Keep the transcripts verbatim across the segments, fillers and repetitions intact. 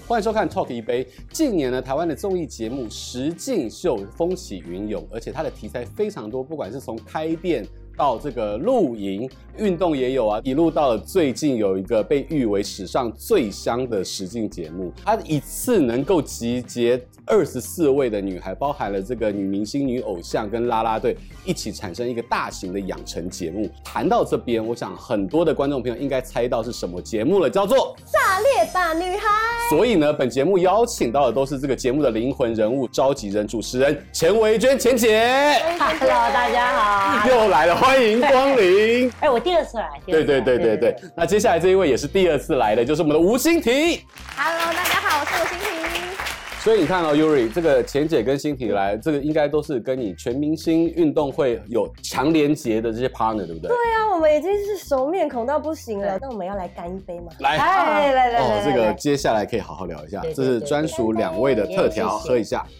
欢迎收看 Talk 一杯。近年呢，台湾的综艺节目实境秀风起云涌，而且它的题材非常多，不管是从开店到这个露营、运动也有啊，一路到了最近有一个被誉为史上最香的实境节目，它一次能够集结二十四位的女孩，包含了这个女明星、女偶像跟啦啦队，一起产生一个大型的养成节目。谈到这边，我想很多的观众朋友应该猜到是什么节目了，叫做 《炸裂吧女孩》。 所以呢，本节目邀请到的都是这个节目的灵魂人物、召集人、主持人钱维娟钱姐。 Hello， 大家好， 又来了，欢迎光临。 哎，我第二次来。 对对对对对。那接下来这一位也是第二次来的，就是我们的吴欣婷。 Hello， 大家好，我是吴欣婷。 所以你看哦 ，Yuri 这个钱姐跟欣婷来，这个应该都是跟你全明星运动会有强连结的这些 partner， 对不对？ 对啊，我们已经是熟面孔到不行了。那我们要来干一杯吗？ 来， 来来来哦，这个接下来可以好好聊一下，这是专属两位的特调，喝一下。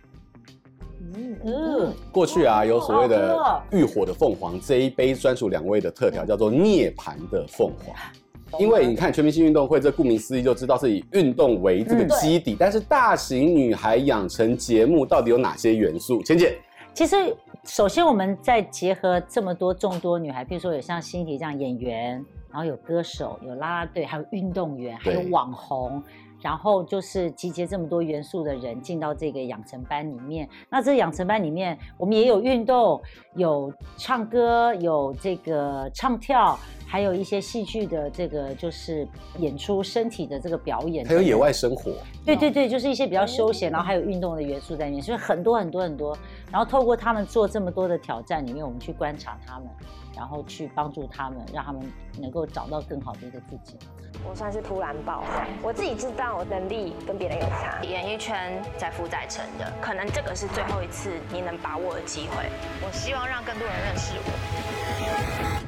嗯，过去啊有所谓的浴火的凤凰，这一杯专属两位的特调叫做涅槃的凤凰。因为你看全明星运动会，这顾名思义就知道是以运动为这个基底，嗯、但是大型女孩养成节目到底有哪些元素？钱姐， 其实首先我们在结合这么多众多女孩，比如说有像欣婷这样演员，然后有歌手，有啦啦队，还有运动员，还有网红。然后就是集结这么多元素的人进到这个养成班里面。那这个养成班里面，我们也有运动，有唱歌，有这个唱跳，还有一些戏剧的这个就是演出身体的这个表演， 还有野外生活。 对对对，就是一些比较休闲，然后还有运动的元素在里面，所以很多很多很多。然后透过他们做这么多的挑战里面，我们去观察他们，然后去帮助他们，让他们能够找到更好的一个自己。 我算是突然爆红，我自己知道我能力跟别人有差。 演艺圈载浮载沉的，可能这个是最后一次你能把握的机会。我希望让更多人认识我。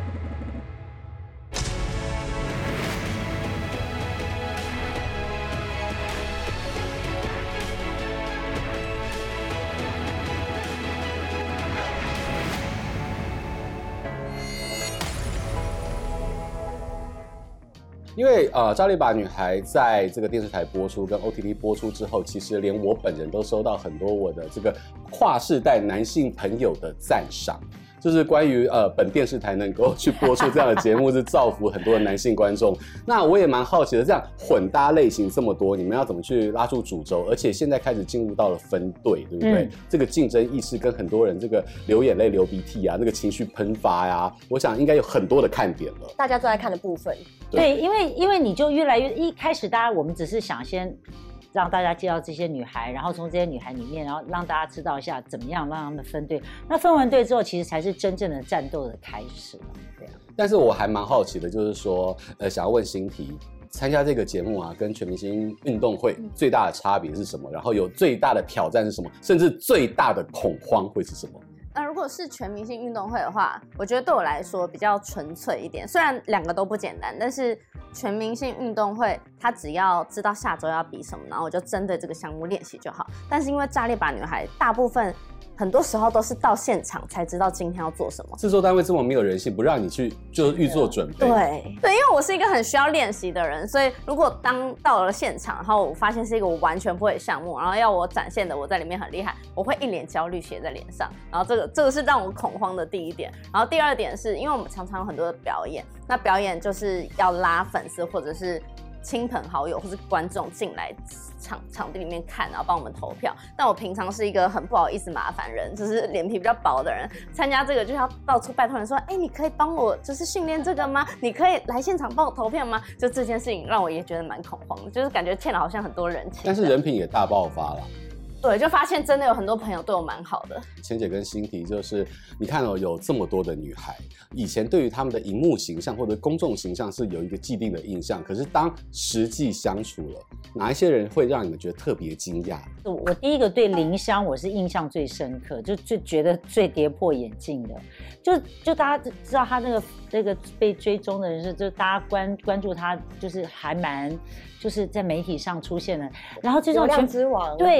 因为呃，《炸裂吧女孩》在这个电视台播出跟 O T T 播出之后，其实连我本人都收到很多我的这个跨世代男性朋友的赞赏，就是关于呃本电视台能够去播出这样的节目，是造福很多的男性观众。那我也蛮好奇的，这样混搭类型这么多，你们要怎么去拉住主轴？而且现在开始进入到了分队，对不对？嗯、这个竞争意识跟很多人这个流眼泪、流鼻涕啊，那个情绪喷发呀、啊，我想应该有很多的看点了。 大家都在看的部分。 对，因为因为你就越来越一开始，大家我们只是想先让大家介绍这些女孩，然后从这些女孩里面，然后让大家知道一下怎么样让他们分队。那分完队之后，其实才是真正的战斗的开始。对啊。 但是我还蛮好奇的，就是说，呃，想要问欣婷，参加这个节目啊，跟全明星运动会最大的差别是什么？然后有最大的挑战是什么？甚至最大的恐慌会是什么？ 那如果是全明星运动会的话，我觉得对我来说比较纯粹一点。虽然两个都不简单，但是全明星运动会，他只要知道下周要比什么，然后我就针对这个项目练习就好。但是因为炸裂吧女孩，大部分很多时候都是到现场才知道今天要做什么。 制作单位这么没有人性，不让你去就预做准备。 对对，因为我是一个很需要练习的人，所以如果当到了现场，然后我发现是一个我完全不会的项目，然后要我展现的我在里面很厉害，我会一脸焦虑写在脸上。然后这个这个是让我恐慌的第一点。然后第二点是因为我们常常有很多的表演，那表演就是要拉粉丝或者是亲朋好友或是观众进来场场地里面看，然后帮我们投票。但我平常是一个很不好意思麻烦人，就是脸皮比较薄的人，参加这个就要到处拜托人说，哎、欸，你可以帮我就是训练这个吗？你可以来现场帮我投票吗？就这件事情让我也觉得蛮恐慌的，就是感觉欠了好像很多人情。 但是人品也大爆发了。 对，就发现真的有很多朋友对我蛮好的。 钱姐跟欣婷就是，你看哦，有这么多的女孩，以前对于她们的荧幕形象或者公众形象是有一个既定的印象，可是当实际相处了，哪一些人会让你们觉得特别惊讶？ 我第一个对林湘我是印象最深刻，就最觉得最跌破眼镜的，就就大家知道她那个那个被追踪的人是，就大家关关注她，就是还蛮就是在媒体上出现的，然后这种流量之王， 对全。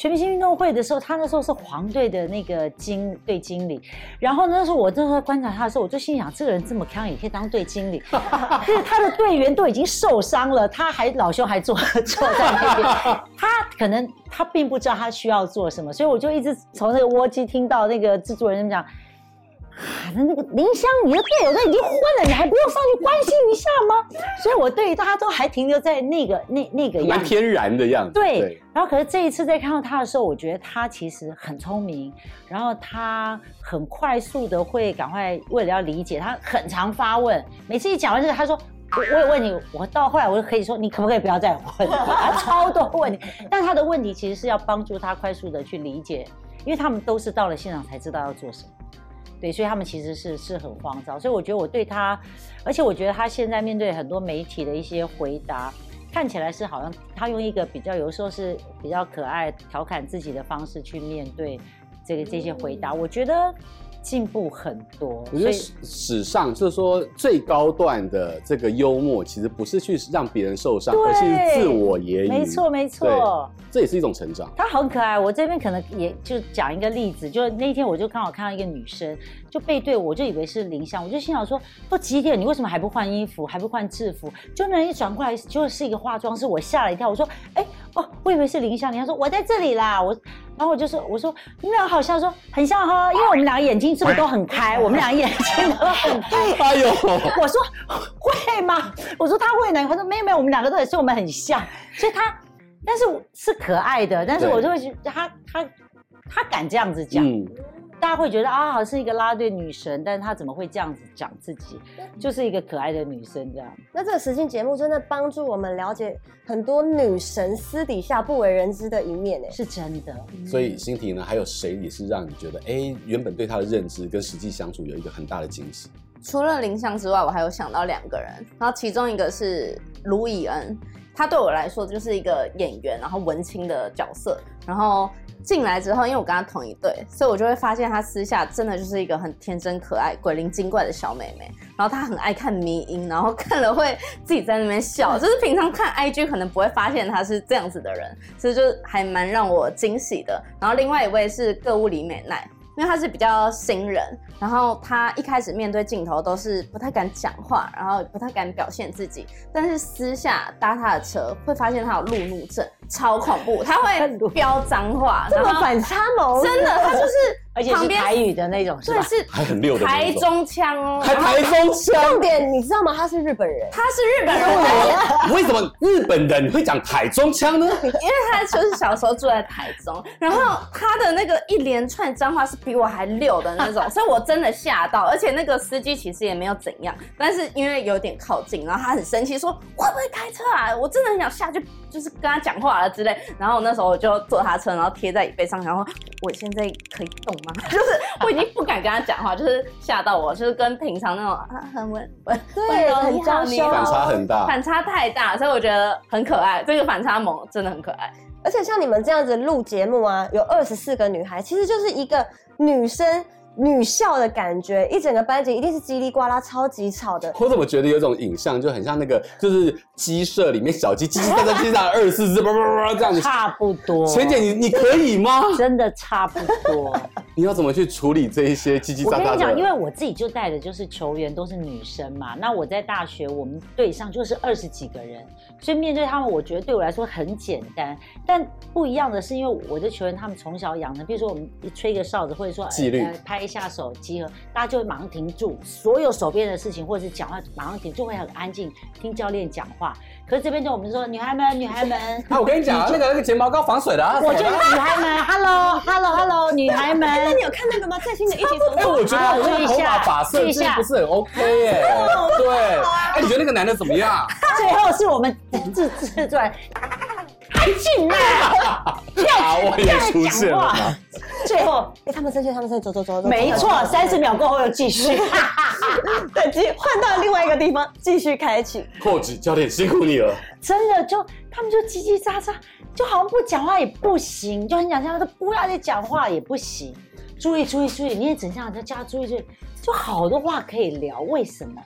全明星运动会的时候，他那时候是黄队的那个经队经理，然后那时候我那时候观察他的时候，我就心想，这个人这么强也可以当队经理，可是他的队员都已经受伤了，他还老兄还坐坐在那边，他可能他并不知道他需要做什么，所以我就一直从那个窝机听到那个制作人讲。啊，那个林湘，你的队友都已经昏了，你还不用上去关心一下吗？所以我对大家都还停留在那个那那个样子， 蛮天然的样子。 对。 对。 然后可是这一次在看到他的时候，我觉得他其实很聪明，然后他很快速的会赶快为了要理解，他很常发问，每次一讲完这个，他说。我我也问你，我到后来我就可以说，你可不可以不要再问？他超多问题，但他的问题其实是要帮助他快速的去理解，因为他们都是到了现场才知道要做什么。对，所以他们其实是是很慌张，所以我觉得我对他，而且我觉得他现在面对很多媒体的一些回答，看起来是好像他用一个比较有的时候是比较可爱、调侃自己的方式去面对这个这些回答，我觉得进步很多。 我觉得史上就是说最高段的这个幽默，其实不是去让别人受伤，而是自我揶揄。 没错，没错， 这也是一种成长。 他很可爱，我这边可能也就讲一个例子，就那天我就刚好看到一个女生就背对我，就以为是林湘，我就心想说，都几点，你为什么还不换衣服，还不换制服？就那人一转过来，就是一个化妆师，我吓了一跳，我说，哎，哦，我以为是林湘，林湘说我在这里啦，我，然后我就说，我说你们俩好像说很像哈，因为我们两个眼睛是不是都很开？我们两个眼睛都很开。 哎呦， 我说会吗？我说他会呢，他说没有没有，我们两个都也是我们很像，所以他。但是是可爱的，但是我就会觉得他他他敢这样子讲，嗯、大家会觉得啊，好是一个啦啦队女神，但是她怎么会这样子讲自己？就是一个可爱的女生这样。 那这个实境节目真的帮助我们了解很多女神私底下不为人知的一面，哎， 是真的。 所以欣婷呢，还有谁也是让你觉得，哎，原本对她的认知跟实际相处有一个很大的惊喜？ 除了林湘之外，我还有想到两个人，然后其中一个是卢以恩。他对我来说就是一个演员，然后文青的角色。然后进来之后，因为我跟他同一队，所以我就会发现他私下真的就是一个很天真可爱、鬼灵精怪的小妹妹。然后他很爱看迷因，然后看了会自己在那边笑，就是平常看 I G 可能不会发现他是这样子的人，所以就还蛮让我惊喜的。然后另外一位是歌舞李美奈。因为他是比较新人，然后他一开始面对镜头都是不太敢讲话，然后不太敢表现自己，但是私下搭他的车会发现他有路怒症，超恐怖，他会飙脏话， 这么反差萌， 真的，他就是而且是台语的那种，是吧？ 对，是还很溜的台中腔哦， 还台中腔。 重点你知道吗？他是日本人， 他是日本人， 为什么日本人会讲台中腔呢？ 因为他就是小时候住在台中，然后他的那个一连串脏话是比我还溜的那种，所以我真的吓到。而且那个司机其实也没有怎样，但是因为有点靠近，然后他很生气，说会不会开车啊？我真的很想下去，就是跟他讲话了之类。然后那时候我就坐他车，然后贴在椅背上，然后我现在可以动吗？就是我已经不敢跟他讲话，就是吓到我，就是跟平常那种啊很温温对很娇羞， 反差很大， 反差太大，所以我觉得很可爱。这个反差萌真的很可爱。 而且像你们这样子录节目啊，有二十四个女孩，其实就是一个女生女校的感觉，一整个班级一定是叽里呱啦超级吵的。 我怎么觉得有一种影像，就很像那个就是鸡舍里面小鸡叽叽喳喳叽喳二十四只，叭叭叭这样子。 差不多。 钱姐，你你可以吗？ 真的差不多。 你要怎么去处理这一些叽叽喳喳的？ 我跟你讲，因为我自己就带的就是球员都是女生嘛，那我在大学我们队上就是二十几个人，所以面对他们，我觉得对我来说很简单。但不一样的是，因为我的球员他们从小养成，比如说我们一吹个哨子，或者说纪律、 呃、拍一下手集合，大家就会马上停住，所有手边的事情或者是讲话马上停，就会很安静听教练讲话。可是这边就我们说女孩们，女孩们， 啊，我跟你讲啊，那个那个睫毛膏防水的啊， 我就是女孩们 ，Hello Hello Hello， 女孩们。 那你有看那个吗？最新的一集走哎，我觉得我那个头发发色真的不是很 OK 耶。对，哎，你觉得那个男的怎么样？ 最后是我们自制出来。还进来， 啊！我也出现了。 最后， 哎，他们生气，他们生气，走走走走。 没错，三十秒过后又继续。 对，继换到另外一个地方，继续开启。 coach教练辛苦你了。 真的，就他们就叽叽喳喳，就好像不讲话也不行，就很想叫他不要再讲话也不行。注意注意注意，你也整这样在家注意注意，就好多话可以聊，为什么？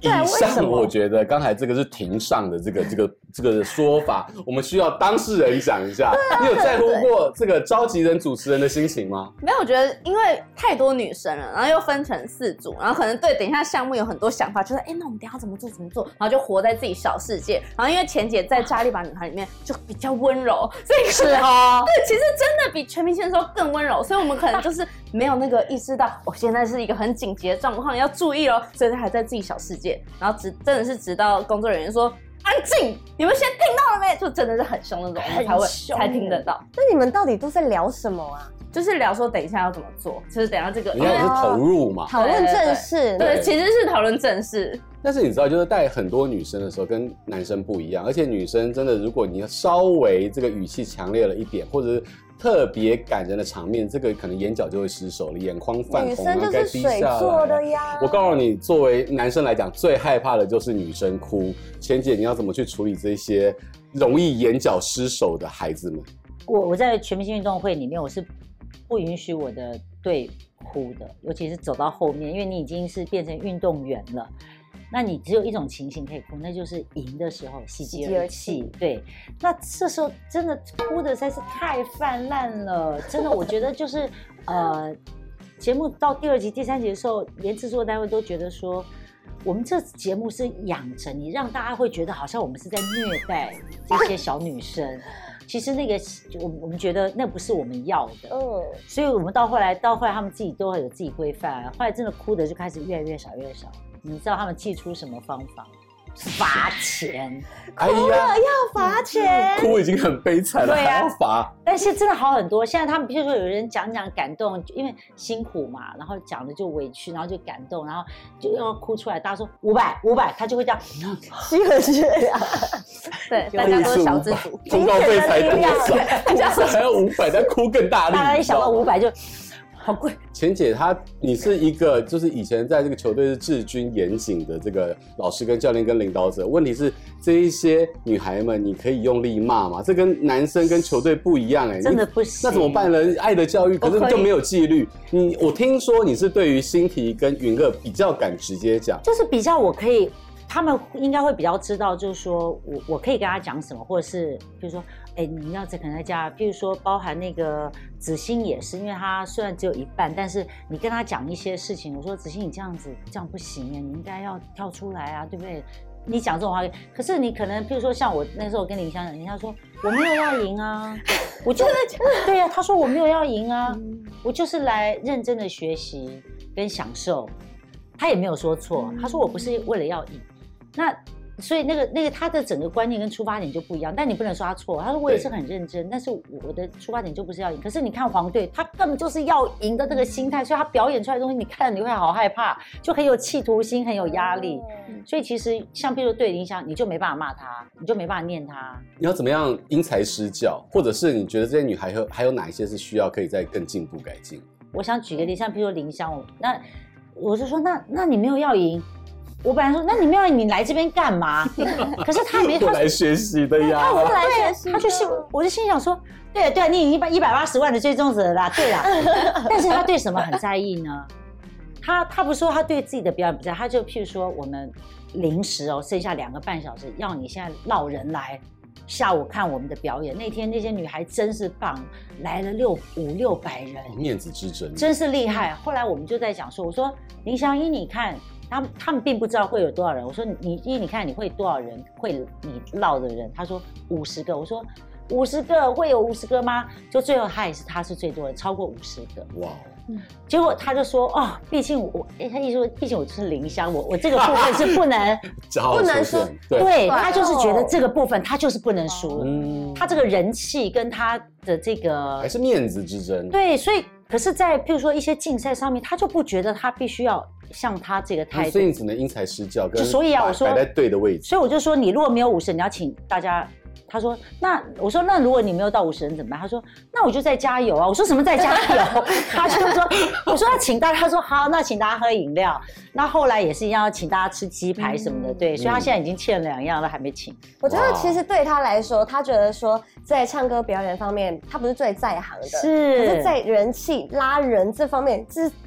对啊， 以上为什么？ 我觉得刚才这个是庭上的这个这个这个说法，我们需要当事人讲一下。你有在乎过这个召集人、主持人的心情吗？ 没有，我觉得因为太多女生了，然后又分成四组，然后可能对等一下项目有很多想法，就是哎，那我们等一下怎么做怎么做，然后就活在自己小世界。然后因为钱姐在《扎力吧女孩》里面就比较温柔，所以是哦， 对，其实真的比全明星的时候更温柔，所以我们可能就是没有那个意识到，我、哦、现在是一个很紧急的状况，要注意哦，所以他还在自己小世界。然后直真的是直到工作人员说安静，你们先听到了没？就真的是很凶那种，我们才会才听得到。 那你们到底都在聊什么啊？ 就是聊说等一下要怎么做，就是等一下这个， 你看你是投入嘛， 讨论正事， 对，其实是讨论正事。 但是你知道，就是带很多女生的时候，跟男生不一样，而且女生真的，如果你稍微这个语气强烈了一点，或者是特别感人的场面，这个可能眼角就会失手了，眼眶泛红， 女生就是水做的呀。 我告诉你，作为男生来讲，最害怕的就是女生哭。钱姐，你要怎么去处理这些容易眼角失手的孩子们？ 我我在全明星运动会里面，我是不允许我的队哭的，尤其是走到后面，因为你已经是变成运动员了。那你只有一种情形可以哭，那就是赢的时候喜极而泣。对，那这时候真的哭的实在是太泛滥了，真的，我觉得就是呃，节目到第二集、第三集的时候，连制作单位都觉得说，我们这节目是养成你，让大家会觉得好像我们是在虐待这些小女生。其实那个，我我们觉得那不是我们要的，嗯，所以我们到后来，到后来他们自己都有自己规范，后来真的哭的就开始越来越少，越来越少。你知道他们祭出什么方法？罚钱！ 哎呀， 要罚钱， 哭已经很悲惨了，还要罚。 但是真的好很多。现在他们比如说有人讲讲感动，因为辛苦嘛，然后讲的就委屈，然后就感动，然后就要哭出来。大家说五百五百，他就会这样吸回去呀。 对，大家都是小资族， 通告费才多少？还要五百，但哭更大力。 大家一想到五百就。好贵。 钱姐她，你是一个就是以前在这个球队是治军严谨的这个老师跟教练跟领导者。问题是这一些女孩们，你可以用力骂吗？这跟男生跟球队不一样哎、欸， 真的不行。 那怎么办呢？爱的教育，可是就没有纪律。你我听说你是对于新题跟云乐比较敢直接讲， 就是比较我可以。他们应该会比较知道，就是说我我可以跟他讲什么，或者是比如说，哎、欸，你要在可能在家，譬如说包含那个子欣也是，因为他虽然只有一半，但是你跟他讲一些事情，我说子欣你这样子这样不行哎，你应该要跳出来啊，对不对？你讲这种话，可是你可能譬如说像我那时候跟林湘讲，林湘说我没有要赢啊，我就对啊，他说我没有要赢啊，我就是来认真的学习跟享受，他也没有说错，他说我不是为了要赢。那所以那个那个他的整个观念跟出发点就不一样，但你不能说他错。他说我也是很认真，但是我的出发点就不是要赢。可是你看黄队，他根本就是要赢的这个心态，所以他表演出来的东西，你看了你会好害怕，就很有企图心，很有压力。嗯、所以其实像比如说对林湘，你就没办法骂他，你就没办法念他。 你要怎么样因材施教，或者是你觉得这些女孩还有哪一些是需要可以再更进步改进？ 我想举个例，像比如说林湘，那我就说那那你没有要赢。我本来说，那你没有你来这边干嘛？可是他也没， 他来学习的呀。 他不是来学习，他就是我就心想说，对对，你已经一百一百八十万的追踪者了啦，对啦。但是他对什么很在意呢？他他不是说他对自己的表演不在意，他就譬如说我们临时哦，剩下两个半小时，要你现在绕人来。下午看我们的表演，那天那些女孩真是棒，来了六五六百人， 面子之争， 真是厉害。后来我们就在讲说，我说林湘一，你看他们他们并不知道会有多少人，我说你一你看你会多少人会你绕的人，他说五十个，我说五十个会有五十个吗？就最后他也是他是最多的，超过五十个，哇。嗯、结果他就说哦，毕竟我，哎，他一说，毕竟我就是林湘，我我这个部分是不能不能输， 对，对他就是觉得这个部分他就是不能输，嗯，他这个人气跟他的这个还是面子之争， 对，所以可是，在譬如说一些竞赛上面，他就不觉得他必须要像他这个态度， 所以你只能因材施教，跟所以啊，我说摆在对的位置， 所以我就说，你如果没有五十，你要请大家。他说：“那我说那如果你没有到五十人怎么办？”他说：“那我就再加油啊！”我说：“什么再加油？”他就说：“我说要请大家。”他说：“好，那请大家喝饮料。”那后来也是一样，要请大家吃鸡排什么的。嗯、对，所以他现在已经欠两样了，还没请。 我觉得其实对他来说，他觉得说在唱歌表演方面，他不是最在行的， 是， 可是在人气拉人这方面，是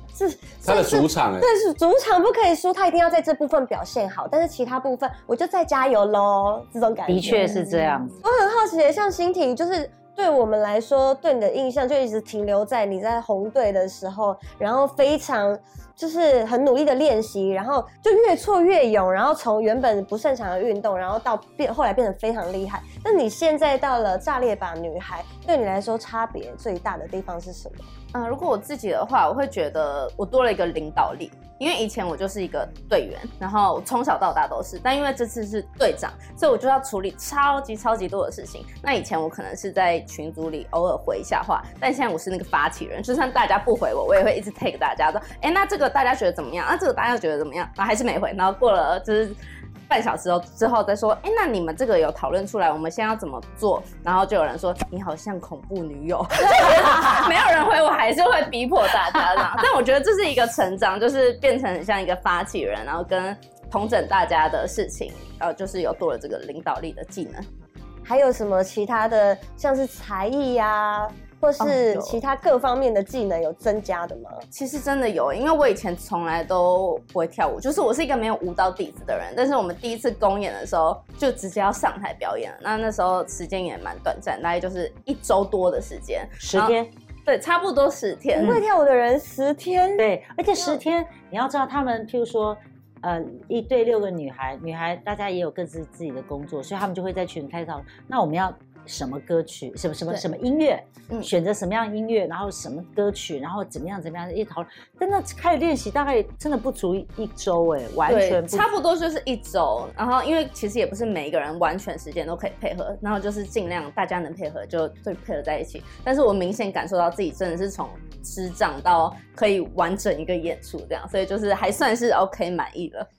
是他的主场哎、 对，是主场不可以输，他一定要在这部分表现好，但是其他部分我就再加油喽，这种感觉。 的确是这样子。 我很好奇，像欣婷，就是对我们来说，对你的印象就一直停留在你在红队的时候，然后非常就是很努力的练习，然后就越挫越勇，然后从原本不擅长的运动，然后到变后来变得非常厉害。那你现在到了炸裂吧女孩，对你来说差别最大的地方是什么？ 嗯、呃，如果我自己的话，我会觉得我多了一个领导力，因为以前我就是一个队员，然后从小到大都是，但因为这次是队长，所以我就要处理超级超级多的事情。那以前我可能是在群组里偶尔回一下话，但现在我是那个发起人，就算大家不回我，我也会一直 take 大家说，哎，那这个大家觉得怎么样？那这个大家觉得怎么样？然后还是没回，然后过了就是半小时之后再说，哎，那你们这个有讨论出来，我们现在要怎么做？然后就有人说你好像恐怖女友，没有人回我，还是会逼迫大家这样。但我觉得这是一个成长，就是变成很像一个发起人，然后跟统整大家的事情，呃，就是有多了这个领导力的技能。 还有什么其他的，像是才艺呀、啊？或是其他各方面的技能有增加的吗？ 其实真的有，因为我以前从来都不会跳舞，就是我是一个没有舞蹈底子的人。但是我们第一次公演的时候，就直接要上台表演了。那那时候时间也蛮短暂，大概就是一周多的时间， 十天， 对，差不多十天。 不会跳舞的人十天， 对，而且十天，你要知道他们，譬如说。呃，一对六个女孩，女孩大家也有各自自己的工作，所以他们就会在群开讨论。那我们要什么歌曲，什么什么什么音乐，嗯、选择什么样音乐，然后什么歌曲，然后怎么样怎么样一讨论。但那开始练习大概真的不足一周哎，完全不差不多就是一周。然后因为其实也不是每一个人完全时间都可以配合，然后就是尽量大家能配合就就配合在一起。但是我明显感受到自己真的是从师长到可以完整一个演出这样，所以就是还算是 OK 满意了。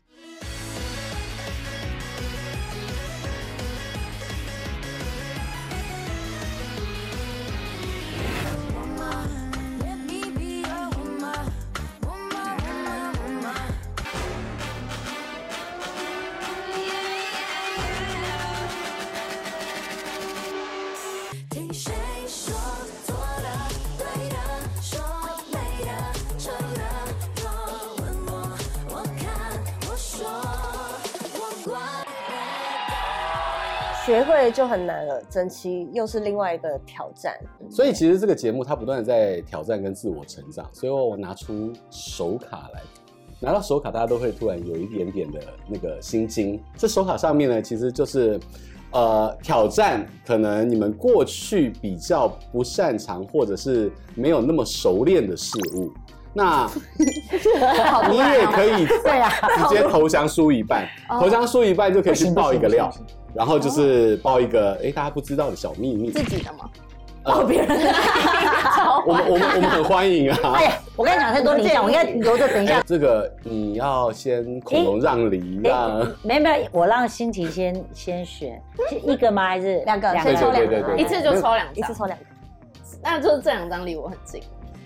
学会就很难了，整齐又是另外一个挑战。 所以其实这个节目它不断的在挑战跟自我成长，所以我拿出手卡来，拿到手卡大家都会突然有一点点的那个心惊。这手卡上面呢，其实就是呃挑战可能你们过去比较不擅长或者是没有那么熟练的事物。那你也可以直接投降输一半，投降输一半就可以去爆一个料，然后就是爆一个哎大家不知道的小秘密， 自己的吗？爆别人的， 我们我们我们很欢迎啊！ 哎呀，我跟你讲太多理想，我应该留着等一下。 这个你要先恐龙让梨，让没没有，我让欣琪先先选，一个吗？还是两个？ 两个， 抽两个， 一次就抽两张， 一次抽两个。 那就是这两张离我很近。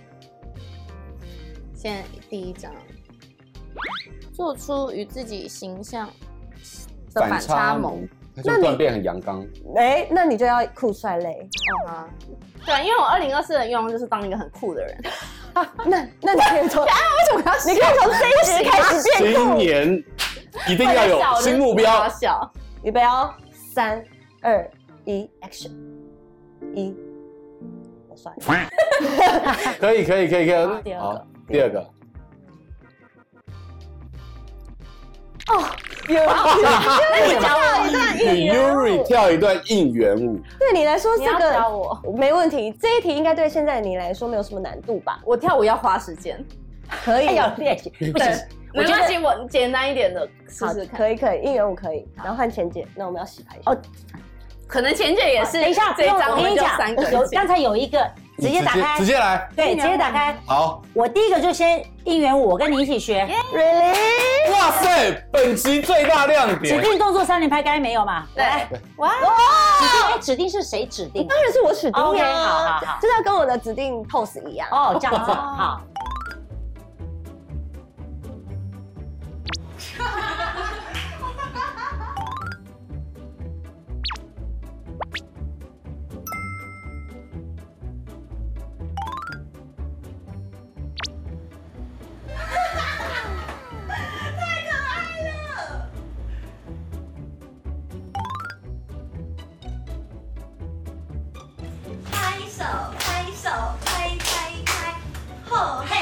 现在第一张，做出与自己形象的反差萌， 它就突然变很阳刚。 哎，那你就要酷帅类。 哦哈，对，因为我二零二四的愿望就是当一个很酷的人。 那那你可以从，为什么要？你可以从这一集开始变酷。 今年一定要有新目标。 预备哦，三二一 ，Action！ 一，我帅。 可以可以可以可以。 第二个。 第二个， 哦，有那你跳一段应援舞，你 Yuri 跳一段应援舞。 对你来说，这个教我没问题。这一题应该对现在你来说没有什么难度吧？ 我跳舞要花时间， 可以要练习，不行， 没关系，我简单一点的试试看。 可以可以，应援舞可以，然后换前姐，那我们要洗牌哦。 可能前姐也是。 等一下， 这一张我跟你讲，有刚才有一个。直接打开， 直接来， 对，直接打开。 好， 我第一个就先应援舞，我跟你一起学。 Really？ 哇塞，本集最大亮点， 指定动作三连拍该没有嘛？ 对， 哇，指定哎，指定是谁指定？ 当然是我指定呀， 好好好，就是要跟我的指定 pose 一样。 哦，这样子好。 手拍手拍拍拍，吼嘿